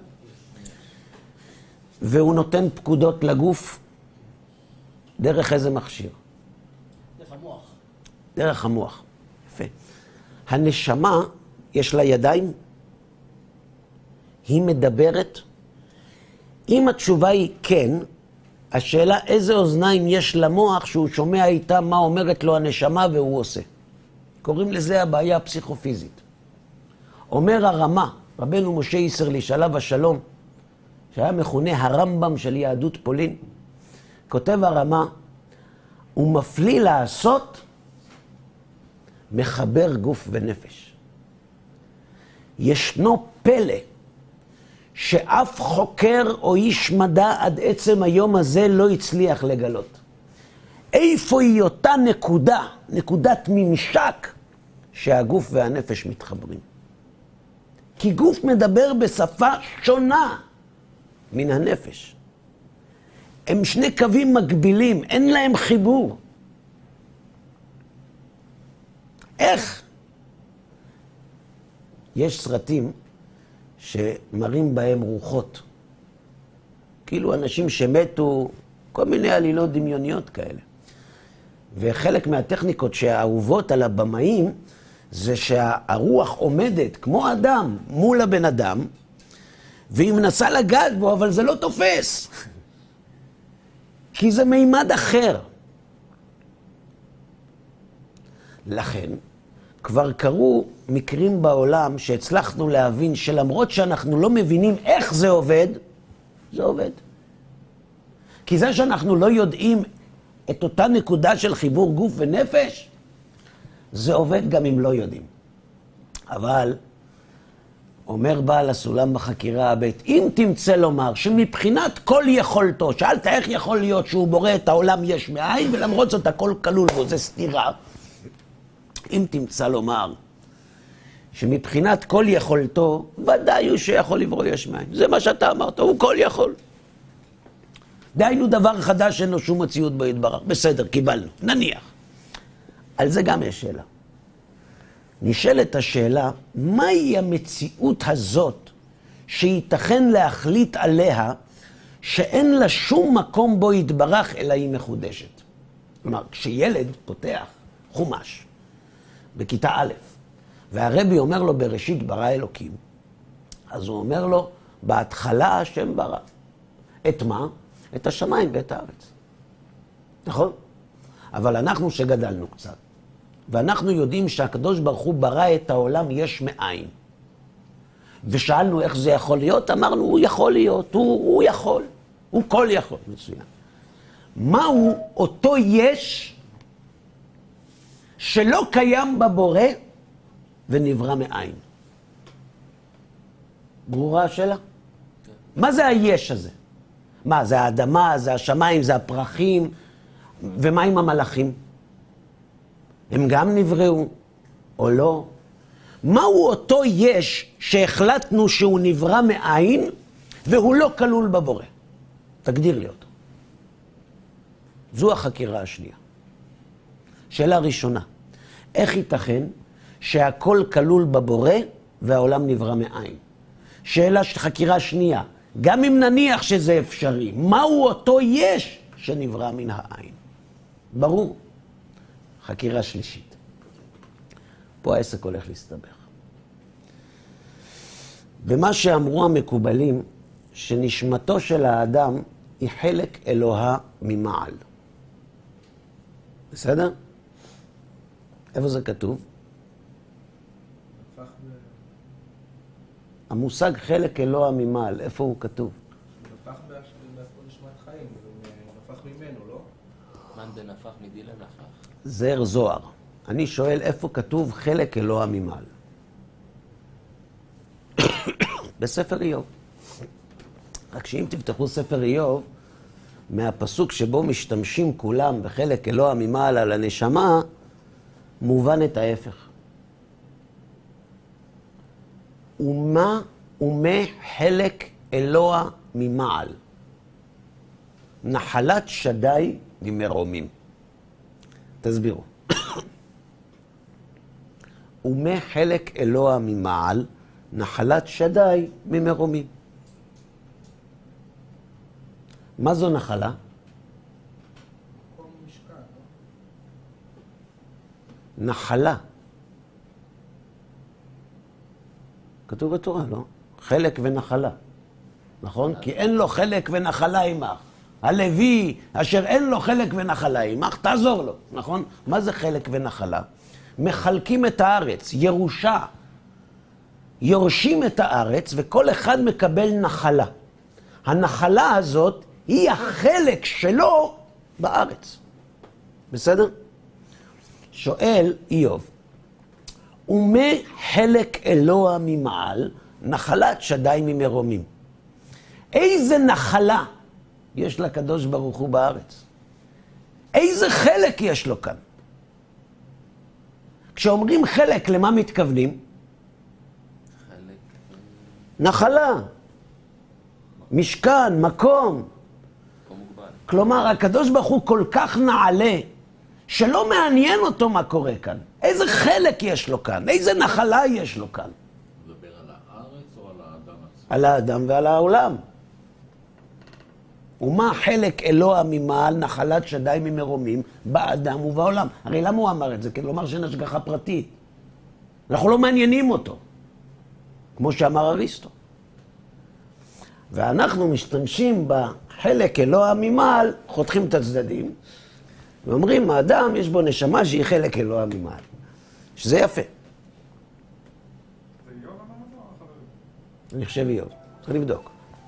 והוא נותן פקודות לגוף? דרך איזה מכשיר? דרך המוח. דרך המוח. יפה. הנשמה, יש לה ידיים? היא מדברת? אם התשובה היא כן, השאלה איזה אוזניים יש למוח שהוא שומע איתה מה אומרת לו הנשמה והוא עושה. קוראים לזה הבעיה הפסיכופיזית. אומר הרמה, רבנו משה איסרליש עליו השלום, שהיה מכונה הרמב"ם של יהדות פולין, כותב הרמה, הוא מפליא לעשות, מחבר גוף ונפש. ישנו פלא, שאף חוקר או איש מדע עד עצם היום הזה לא הצליח לגלות. איפה היא אותה נקודה, נקודת ממשק, שהגוף והנפש מתחברים. כי גוף מדבר בשפה שונה מן הנפש. הם שני קווים מקבילים, אין להם חיבור. איך? יש סרטים שמראים בהם רוחות. כאילו אנשים שמתו, כל מיני עלילות דמיוניות כאלה. וחלק מהטכניקות שהאהובות על הבמאים, זה שהרוח עומדת כמו אדם מול הבן אדם, והיא מנסה לגעת בו, אבל זה לא תופס. כי זה מימד אחר. לכן, כבר קרו מקרים בעולם שהצלחנו להבין שלמרות שאנחנו לא מבינים איך זה עובד, זה עובד. כי זה שאנחנו לא יודעים את אותה נקודה של חיבור גוף ונפש, זה עובד גם אם לא יודעים. אבל, אומר בעל הסולם בחקירה הבית, אם תמצא לומר שמבחינת כל יכולתו, שאלת איך יכול להיות שהוא בורא את העולם יש מאין, ולמרות זאת הכל כלול בו, זה סתירה. אם תמצא לומר שמבחינת כל יכולתו, ודאי הוא שיכול לברוא יש מאין. זה מה שאתה אמרת, הוא כל יכול. דהיינו דבר חדש אין לו שום מציאות בו יתברך. בסדר, קיבלנו, נניח. על זה גם יש שאלה. נשאלת השאלה, מהי המציאות הזאת שייתכן להחליט עליה שאין לה שום מקום בו יתברך אלא היא מחודשת? כלומר, כשילד פותח חומש בכיתה א', והרבי אומר לו בראשית ברא אלוקים, אז הוא אומר לו, בהתחלה השם ברא. את מה? את השמיים ואת הארץ. נכון? אבל אנחנו שגדלנו קצת, ואנחנו יודעים שהקדוש ברוך הוא ברא את העולם יש מאין. ושאלנו איך זה יכול להיות, אמרנו, הוא יכול להיות, הוא יכול, הוא כל יכול, מצוין. מהו אותו יש שלא קיים בבורא ונברא מאין? ברורה השאלה? מה זה היש הזה? מה, זה האדמה, זה השמיים, זה הפרחים, ומה עם המלאכים? הם גם נבראו, או לא? מהו אותו יש שהחלטנו שהוא נברא מאין, והוא לא כלול בבורא? תגדיר לי אותו. זו החקירה השנייה. שאלה ראשונה, איך ייתכן שהכל כלול בבורא והעולם נברא מאין? שאלה חקירה שנייה, גם אם נניח שזה אפשרי, מהו אותו יש שנברא מן העין? ברור. חקירה שלישית. פה העסק הולך להסתבך. במה שאמרו המקובלים, שנשמתו של האדם היא חלק אלוהה ממעל. בסדר? איפה זה כתוב? המושג חלק אלוהה ממעל, איפה הוא כתוב? נפח נשמת חיים, הוא נפח ממנו, לא? מן דנפח מדי לנפח. זר זוהר. אני שואל איפה כתוב חלק אלוהה ממעל. בספר איוב. רק שאם תפתחו ספר איוב, מהפסוק שבו משתמשים כולם בחלק אלוהה ממעל על הנשמה, מובן את ההפך. ומה חלק אלוה ממעל? נחלת שדי ממרומים. תסבירו. ומה חלק אלוה ממעל? נחלת שדי ממרומים. מה זו נחלה? מקום משכן, לא? נחלה. כתוב בתורה, לא? חלק ונחלה. נכון? כי אין לו חלק ונחלה עמך. הלוי, אשר אין לו חלק ונחלה עמך, תעזור לו. נכון? מה זה חלק ונחלה? מחלקים את הארץ, ירושה. יורשים את הארץ וכל אחד מקבל נחלה. הנחלה הזאת היא החלק שלו בארץ. בסדר? שואל איוב, ומה חלק אלוה ממעל, נחלת שדי ממרומים? איזה נחלה יש לקדוש ברוך הוא בארץ? איזה חלק יש לו כאן? כשאומרים חלק, למה מתכוונים? חלק... נחלה, משכן, מקום. מקום מוגבל. כלומר, הקדוש ברוך הוא כל כך נעלה, שלא מעניין אותו מה קורה כאן. איזה חלק יש לו כאן? איזה נחלה יש לו כאן? מדבר על הארץ או על האדם עצמו? על האדם ועל העולם. ומה חלק אלוה ממעל נחלת שדי ממרומים באדם ובעולם? הרי למה הוא אמר את זה? כדי לומר שאין השגחה פרטית. אנחנו לא מעניינים אותו, כמו שאמר אריסטו. ואנחנו משתמשים בחלק אלוה ממעל, חותכים את הצדדים, ואומרים, האדם יש בו נשמה שהיא חלק אלוה ממעל. שזה יפה. זה איוב אמר את זה או החברים? אני חושב איוב. צריך לבדוק.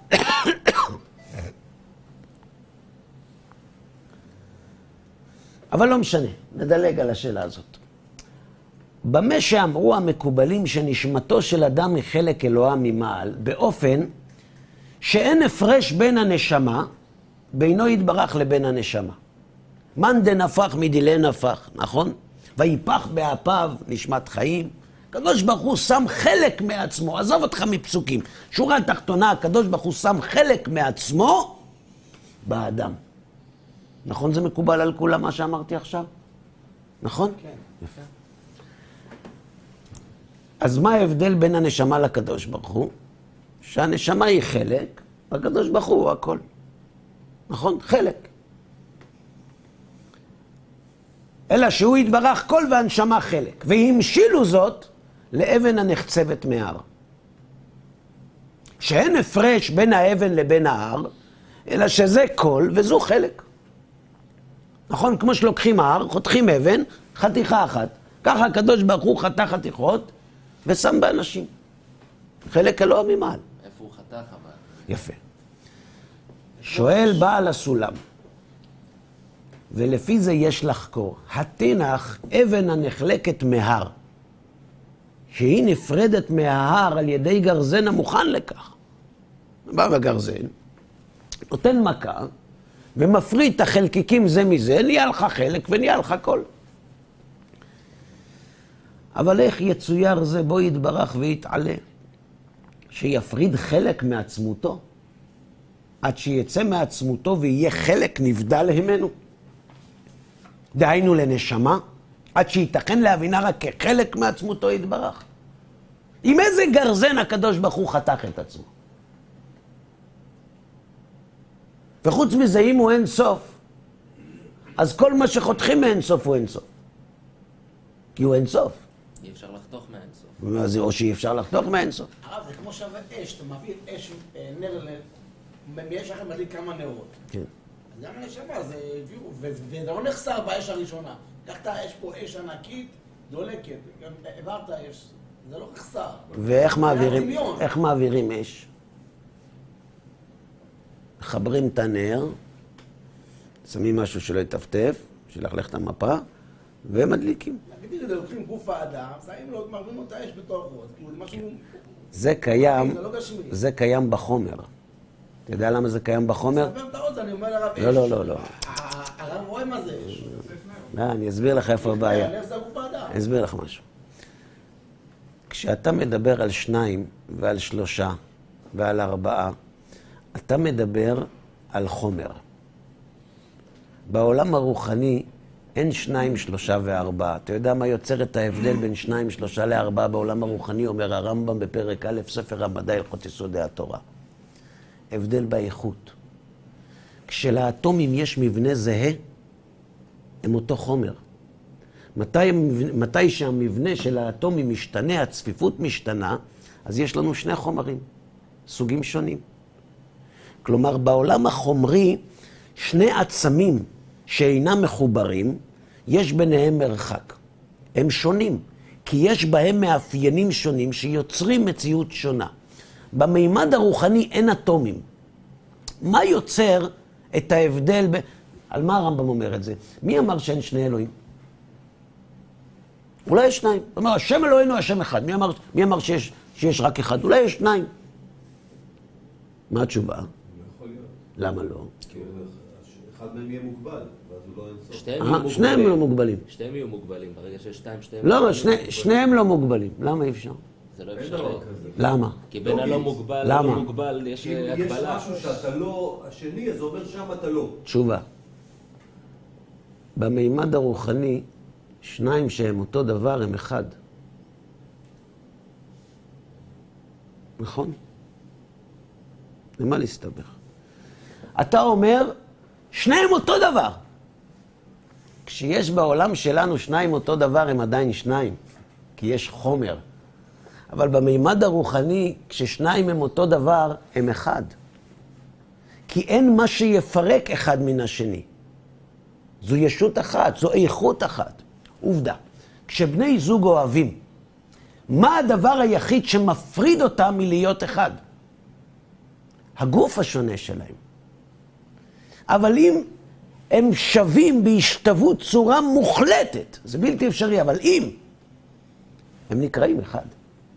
אבל לא משנה, נדלג על השאלה הזאת. במה שאמרו המקובלים שנשמתו של אדם היא חלק אלוהה ממעל, באופן שאין הפרש בין הנשמה, בינו יתברך לבין הנשמה. מאן דנפח מדילי נפח, נכון? ויפח באפיו נשמת חיים. הקדוש ברוך הוא שם חלק מעצמו, עזוב אותך מפסוקים. שורה התחתונה, הקדוש ברוך הוא שם חלק מעצמו באדם. נכון זה מקובל על כולם מה שאמרתי עכשיו? נכון? כן. יפה. אז מה ההבדל בין הנשמה לקדוש ברוך הוא? שהנשמה היא חלק, והקדוש ברוך הוא הכל. נכון? חלק. אלא שהוא יתברך כל והנשמה חלק. והמשילו זאת לאבן הנחצבת מהר. שאין הפרש בין האבן לבין ההר, אלא שזה כל וזו חלק. נכון? כמו שלוקחים הר, חותכים אבן, חתיכה אחת. ככה הקדוש ברוך הוא חתך חתיכות ושם באנשים. חלק אלוה ממעל. איפה הוא חתך אבל? יפה. שואל בעל הסולם, ולפי זה יש לחקור, התנח אבן הנחלקת מהר, שהיא נפרדת מההר על ידי גרזן המוכן לכך. בא בגרזן, נותן מכה, ומפריד את החלקיקים זה מזה, נהיה לך חלק ונהיה לך כל. אבל איך יצויר זה בו יתברך ויתעלה? שיפריד חלק מעצמותו, עד שיצא מעצמותו ויהיה חלק נבדל ממנו. דהיינו לנשמה, עד שיתכן להבינה רק כחלק מעצמותו יתברך. עם איזה גרזן הקדוש ברוך הוא חתך את עצמו? וחוץ מזה, אם הוא אין סוף, אז כל מה שחותכים מאין סוף הוא אין סוף. כי הוא אין סוף. אי אפשר לחתוך מהאינסוף. אז או שאי אפשר לחתוך מאין סוף. הרב, זה כמו שווה אש, אתה מביא אש, נר, יש לכם מדליק כמה נרות. כן. אז גם הנשמה, זה הביאו, וזה לא נחסר באש הראשונה. לקחת אש פה, אש ענקית, דולקת, גם העברת אש, זה לא נחסר. ואיך מעבירים, דמיון. איך מעבירים אש? מחברים את הנר, שמים משהו שלא יטפטף, שילכלך את המפה, ומדליקים. נגיד, לוקחים גוף האדם, שמים לו, מעבירים לו את האש בתוכו, כאילו זה משהו... זה קיים, זה לא גשמי. זה קיים בחומר. אתה יודע למה זה קיים בחומר? ספר את האוזן, אני אומר לרב אש. לא. הרב רואה מה זה אש. לא, אני אסביר לך איפה הבעיה. הנר זה הגוף האדם. אני אסביר לך משהו. כשאתה מדבר על 2 ועל 3 ועל 4, אתה מדבר על חומר. בעולם הרוחני אין 2, 3 ו4. אתה יודע מה יוצר את ההבדל בין 2, 3 ל4 בעולם הרוחני? אומר הרמב"ם בפרק א', ספר המדע, הלכות יסודי התורה. הבדל באיכות. כשלאטומים יש מבנה זהה, הם אותו חומר. מתי שהמבנה של האטומים משתנה, הצפיפות משתנה, אז יש לנו 2 חומרים, סוגים שונים. כלומר, בעולם החומרי, 2 עצמים שאינם מחוברים, יש ביניהם מרחק. הם שונים, כי יש בהם מאפיינים שונים שיוצרים מציאות שונה. במימד הרוחני אין אטומים. מה יוצר את ההבדל על מה הרמב"ם אומר את זה? מי אמר שאין 2 אלוהים? אולי יש 2. זאת אומרת, השם אלוהינו השם אחד. מי אמר שיש רק אחד? אולי יש 2. מה התשובה? לא יכול להיות. למה לא? כי אחד מהם יהיה מוגבל, ואז הוא לא אינסוף. שניהם לא מוגבלים. שתיהם יהיו מוגבלים. ברגע שיש 2, שתיהם... לא, שניהם לא מוגבלים. למה אי אפשר? זה לא אין אפשרי. דבר כזה. למה? כי בין הלא מוגבל למה? ללא מוגבל יש כי אם יש הגבלה. משהו שאתה לא השני, אז אומר שם אתה לא. תשובה. במימד הרוחני, 2 שהם אותו דבר הם אחד. נכון? למה להסתבך? אתה אומר, 2 אותו דבר. כשיש בעולם שלנו 2 אותו דבר, הם עדיין 2, כי יש חומר. אבל במימד הרוחני, כש2 הם אותו דבר, הם אחד. כי אין מה שיפרק אחד מן השני. זו ישות אחת, זו איכות אחת. עובדה. כשבני זוג אוהבים, מה הדבר היחיד שמפריד אותם מלהיות אחד? הגוף השונה שלהם. אבל אם הם שווים בהשתוות צורה מוחלטת, זה בלתי אפשרי, אבל אם הם נקראים אחד.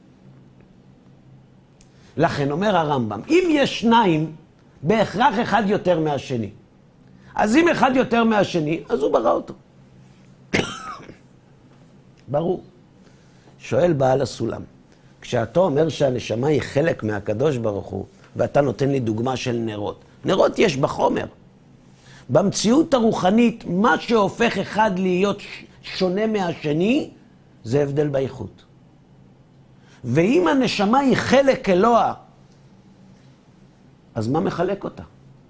לכן אומר הרמב"ם, אם יש שניים, בהכרח אחד יותר מהשני. אז אם אחד יותר מהשני, אז הוא ברא אותו. ברור. שואל בעל הסולם, כשאתה אומר שהנשמה היא חלק מהקדוש ברוך הוא, ואתה נותן לי דוגמה של נרות. נרות יש בחומר. במציאות הרוחנית, מה שהופך אחד להיות שונה מהשני, זה הבדל באיכות. ואם הנשמה היא חלק אלוה, אז מה מחלק אותה?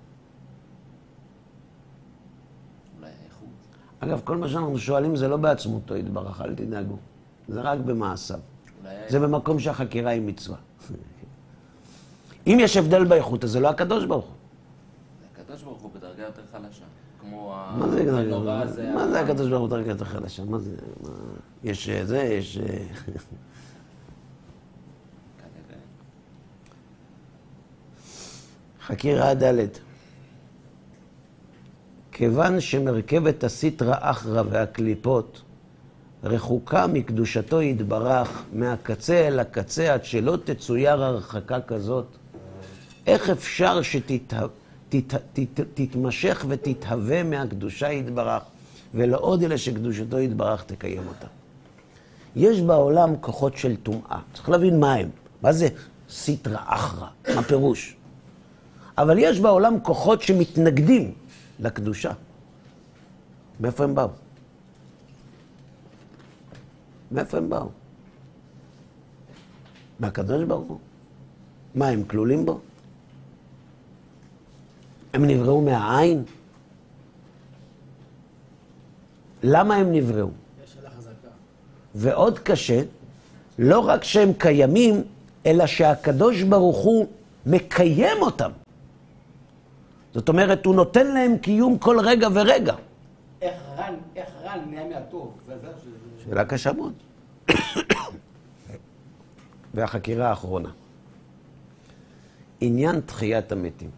אולי האיכות. אגב, כל מה שאנחנו שואלים זה לא בעצמותו יתברך, אל תדאגו. זה רק במעשיו. זה במקום שהחקירה היא מצווה. אם יש הבדל באיכות, אז זה לא הקדוש ברוך הוא. הקדוש ברוך הוא בדרגה יותר חלשה. כמו מה זה המנורה זה... מה זה הקדוש ברוך הוא בדרגה יותר חלשה? מה זה? יש זה, יש... כנראה. חקירה ד' כיוון שמרכבת הסטרא אחרא והקליפות רחוקה מקדושתו יתברך מהקצה אל הקצה עד שלא תצויר הרחקה כזאת, איך אפשר שתתמשך ותתהווה מהקדושה יתברך ולעוד אלה שקדושתו יתברך תקיים אותה? יש בעולם כוחות של טומאה, צריך להבין מה הם. מה זה סטרא אחרא? מה פירוש? אבל יש בעולם כוחות שמתנגדים לקדושה. מאיפה הם באו? מאיפה הם באו? מהקדוש ברוך הוא. מה, הם כלולים בו? הם נבראו מהעין? למה הם נבראו? יש שאלה חזקה. ועוד קשה, לא רק שהם קיימים, אלא שהקדוש ברוך הוא מקיים אותם. זאת אומרת, הוא נותן להם קיום כל רגע ורגע. איך רע נהיה מהטוב? שאלה קשה מאוד. והחקירה האחרונה. עניין תחיית המתים.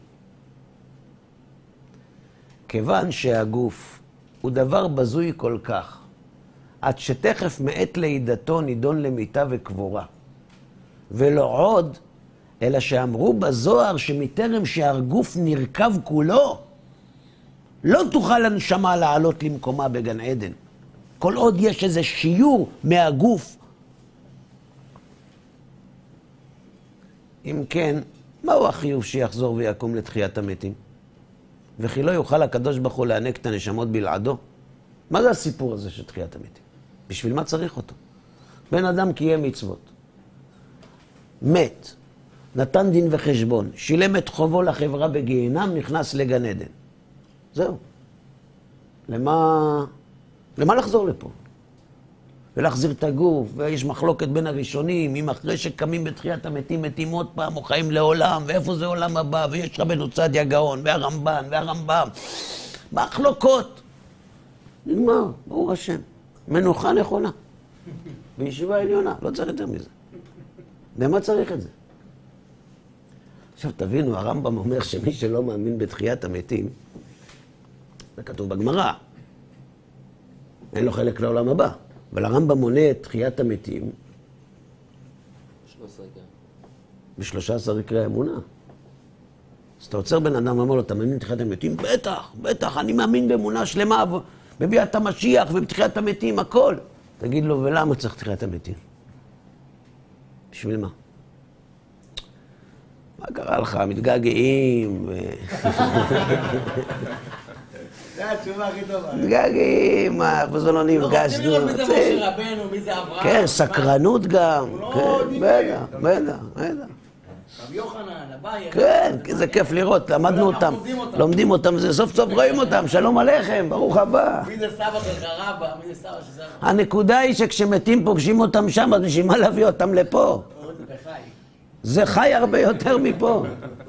כיוון שהגוף הוא דבר בזוי כל כך, עד שתכף מעת לידתו נידון למיטה וקבורה. ולא עוד, אלא שאמרו בזוהר שמטרם שהגוף נרכב כולו, לא תוכל הנשמה לעלות למקומה בגן עדן. כל עוד יש איזה שיעור מהגוף. אם כן, מהו החיוב שיחזור ויקום לתחיית המתים? וכי לא יוכל הקדוש ברוך הוא להענק את הנשמות בלעדו? מה זה הסיפור הזה של תחיית המתים? בשביל מה צריך אותו? בן אדם קיים מצוות. מת. נתן דין וחשבון. שילם את חובו לחברה בגיהינם, נכנס לגן עדן. זהו. למה לחזור לפה? ולהחזיר את הגוף, ויש מחלוקת בין הראשונים, אם אחרי שקמים בתחיית המתים, מתים עוד פעם, או חיים לעולם, ואיפה זה עולם הבא, ויש רבנו צדיה גאון, והרמב"ם. מחלוקות. נגמר, ברוך השם. מנוחה נכונה. בישיבה עליונה, לא צריך יותר מזה. למה צריך את זה? עכשיו תבינו, הרמב"ם אומר שמי שלא מאמין בתחיית המתים, זה כתוב בגמרא, אין לו חלק לעולם הבא. אבל הרמב"ם מונה את תחיית המתים 13 עיקרי האמונה. אז אתה עוצר בן אדם ואומר לו, אתה מאמין בתחיית המתים? בטח, אני מאמין באמונה שלמה, בביאת המשיח ובתחיית המתים, הכל. תגיד לו, ולמה צריך תחיית המתים? בשביל מה? מה קרה לך? מתגעגעים. זה התשובה הכי טובה. מתגעגעים, בזמן לא נפגשנו. רוצים לראות מי זה משה רבנו, מי זה אברהם. כן, סקרנות גם. בטח. רב יוחנן, אביי. כן, זה כיף לראות, למדנו אותם. לומדים אותם, זה סוף סוף רואים אותם, שלום עליכם, ברוך הבא. מי זה סבא שלך רבא, מי זה סבא שזה... הנקודה היא שכשמתים פוגשים אותם שם, אז בשביל מה להביא אותם לפה? זה חי הרבה יותר מפה.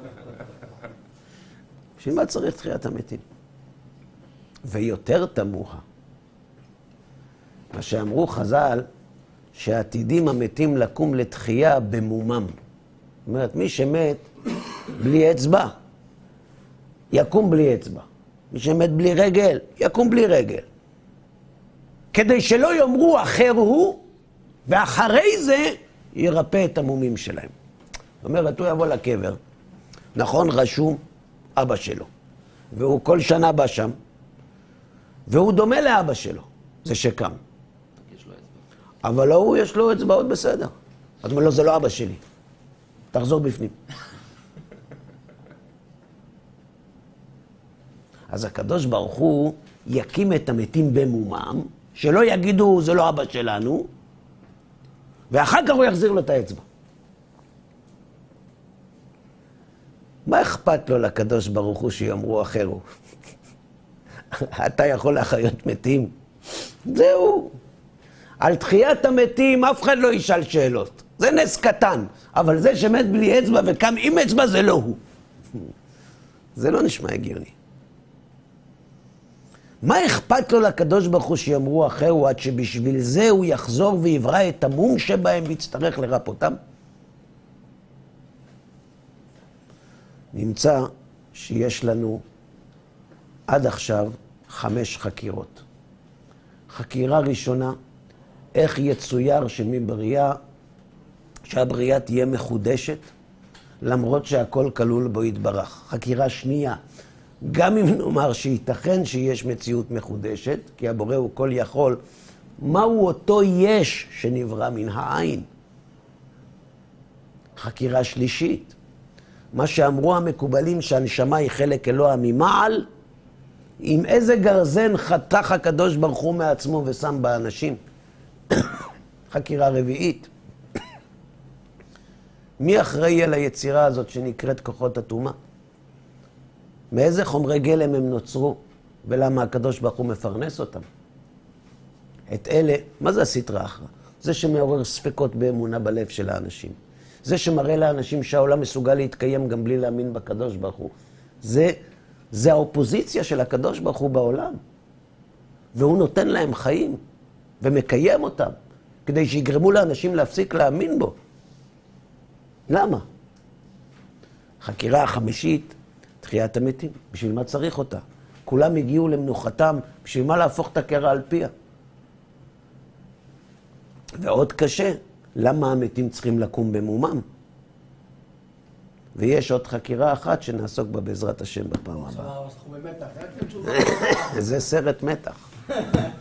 בשביל מה צריך תחיית המתים? ויותר תמוה, מה שאמרו חז"ל, שהעתידים המתים לקום לתחייה במומם. זאת אומרת, מי שמת בלי אצבע, יקום בלי אצבע. מי שמת בלי רגל, יקום בלי רגל. כדי שלא יאמרו אחר הוא, ואחרי זה ירפא את המומים שלהם. זאת אומרת, הוא יבוא לקבר, נכון, רשום אבא שלו, והוא כל שנה בא שם, והוא דומה לאבא שלו, זה שקם. יש לו אצבע. אבל לא הוא, יש לו אצבעות בסדר. זאת אומרת, לא, זה לא אבא שלי. תחזור בפנים. אז הקדוש ברוך הוא יקים את המתים במומם, שלא יגידו, זה לא אבא שלנו, ואחר כך הוא יחזיר לו את האצבע. מה אכפת לו לקדוש ברוך הוא שיאמרו אחר הוא? אתה יכול לחיות מתים? זהו. על תחיית המתים אף אחד לא ישאל שאלות. זה נס קטן. אבל זה שמת בלי אצבע וקם עם אצבע זה לא הוא. זה לא נשמע הגיוני. מה אכפת לו לקדוש ברוך הוא שיאמרו אחר הוא עד שבשביל זה הוא יחזור ויברא את המום שבהם ויצטרך לרפאותם? נמצא שיש לנו עד עכשיו 5 חקירות. חקירה ראשונה, איך יצויר שמבריאה, שהבריאה תהיה מחודשת, למרות שהכל כלול בו יתברך. חקירה שנייה, גם אם נאמר שייתכן שיש מציאות מחודשת, כי הבורא הוא כל יכול, מהו אותו יש שנברא מן העין? חקירה שלישית, מה שאמרו המקובלים שהנשמה היא חלק אלוה ממעל, עם איזה גרזן חתך הקדוש ברוך הוא מעצמו ושם באנשים. חקירה רביעית, מי אחראי על היצירה הזאת שנקראת כוחות הטומאה? מאיזה חומרי גלם הם נוצרו, ולמה הקדוש ברוך הוא מפרנס אותם? את אלה, מה זה הסטרא אחרא? זה שמעורר ספקות באמונה בלב של האנשים. זה שמראה לאנשים שהעולם מסוגל להתקיים גם בלי להאמין בקדוש ברוך הוא. זה האופוזיציה של הקדוש ברוך הוא בעולם. והוא נותן להם חיים ומקיים אותם, כדי שיגרמו לאנשים להפסיק להאמין בו. למה? חקירה החמישית, תחיית המתים. בשביל מה צריך אותה? כולם הגיעו למנוחתם, בשביל מה להפוך את הקרע על פיה? ועוד קשה, למה המתים צריכים לקום במומם? ויש עוד חקירה אחת שנעסוק בה בעזרת השם בפעם הבאה. אנחנו במתח, רק תשובה. זה סרט מתח.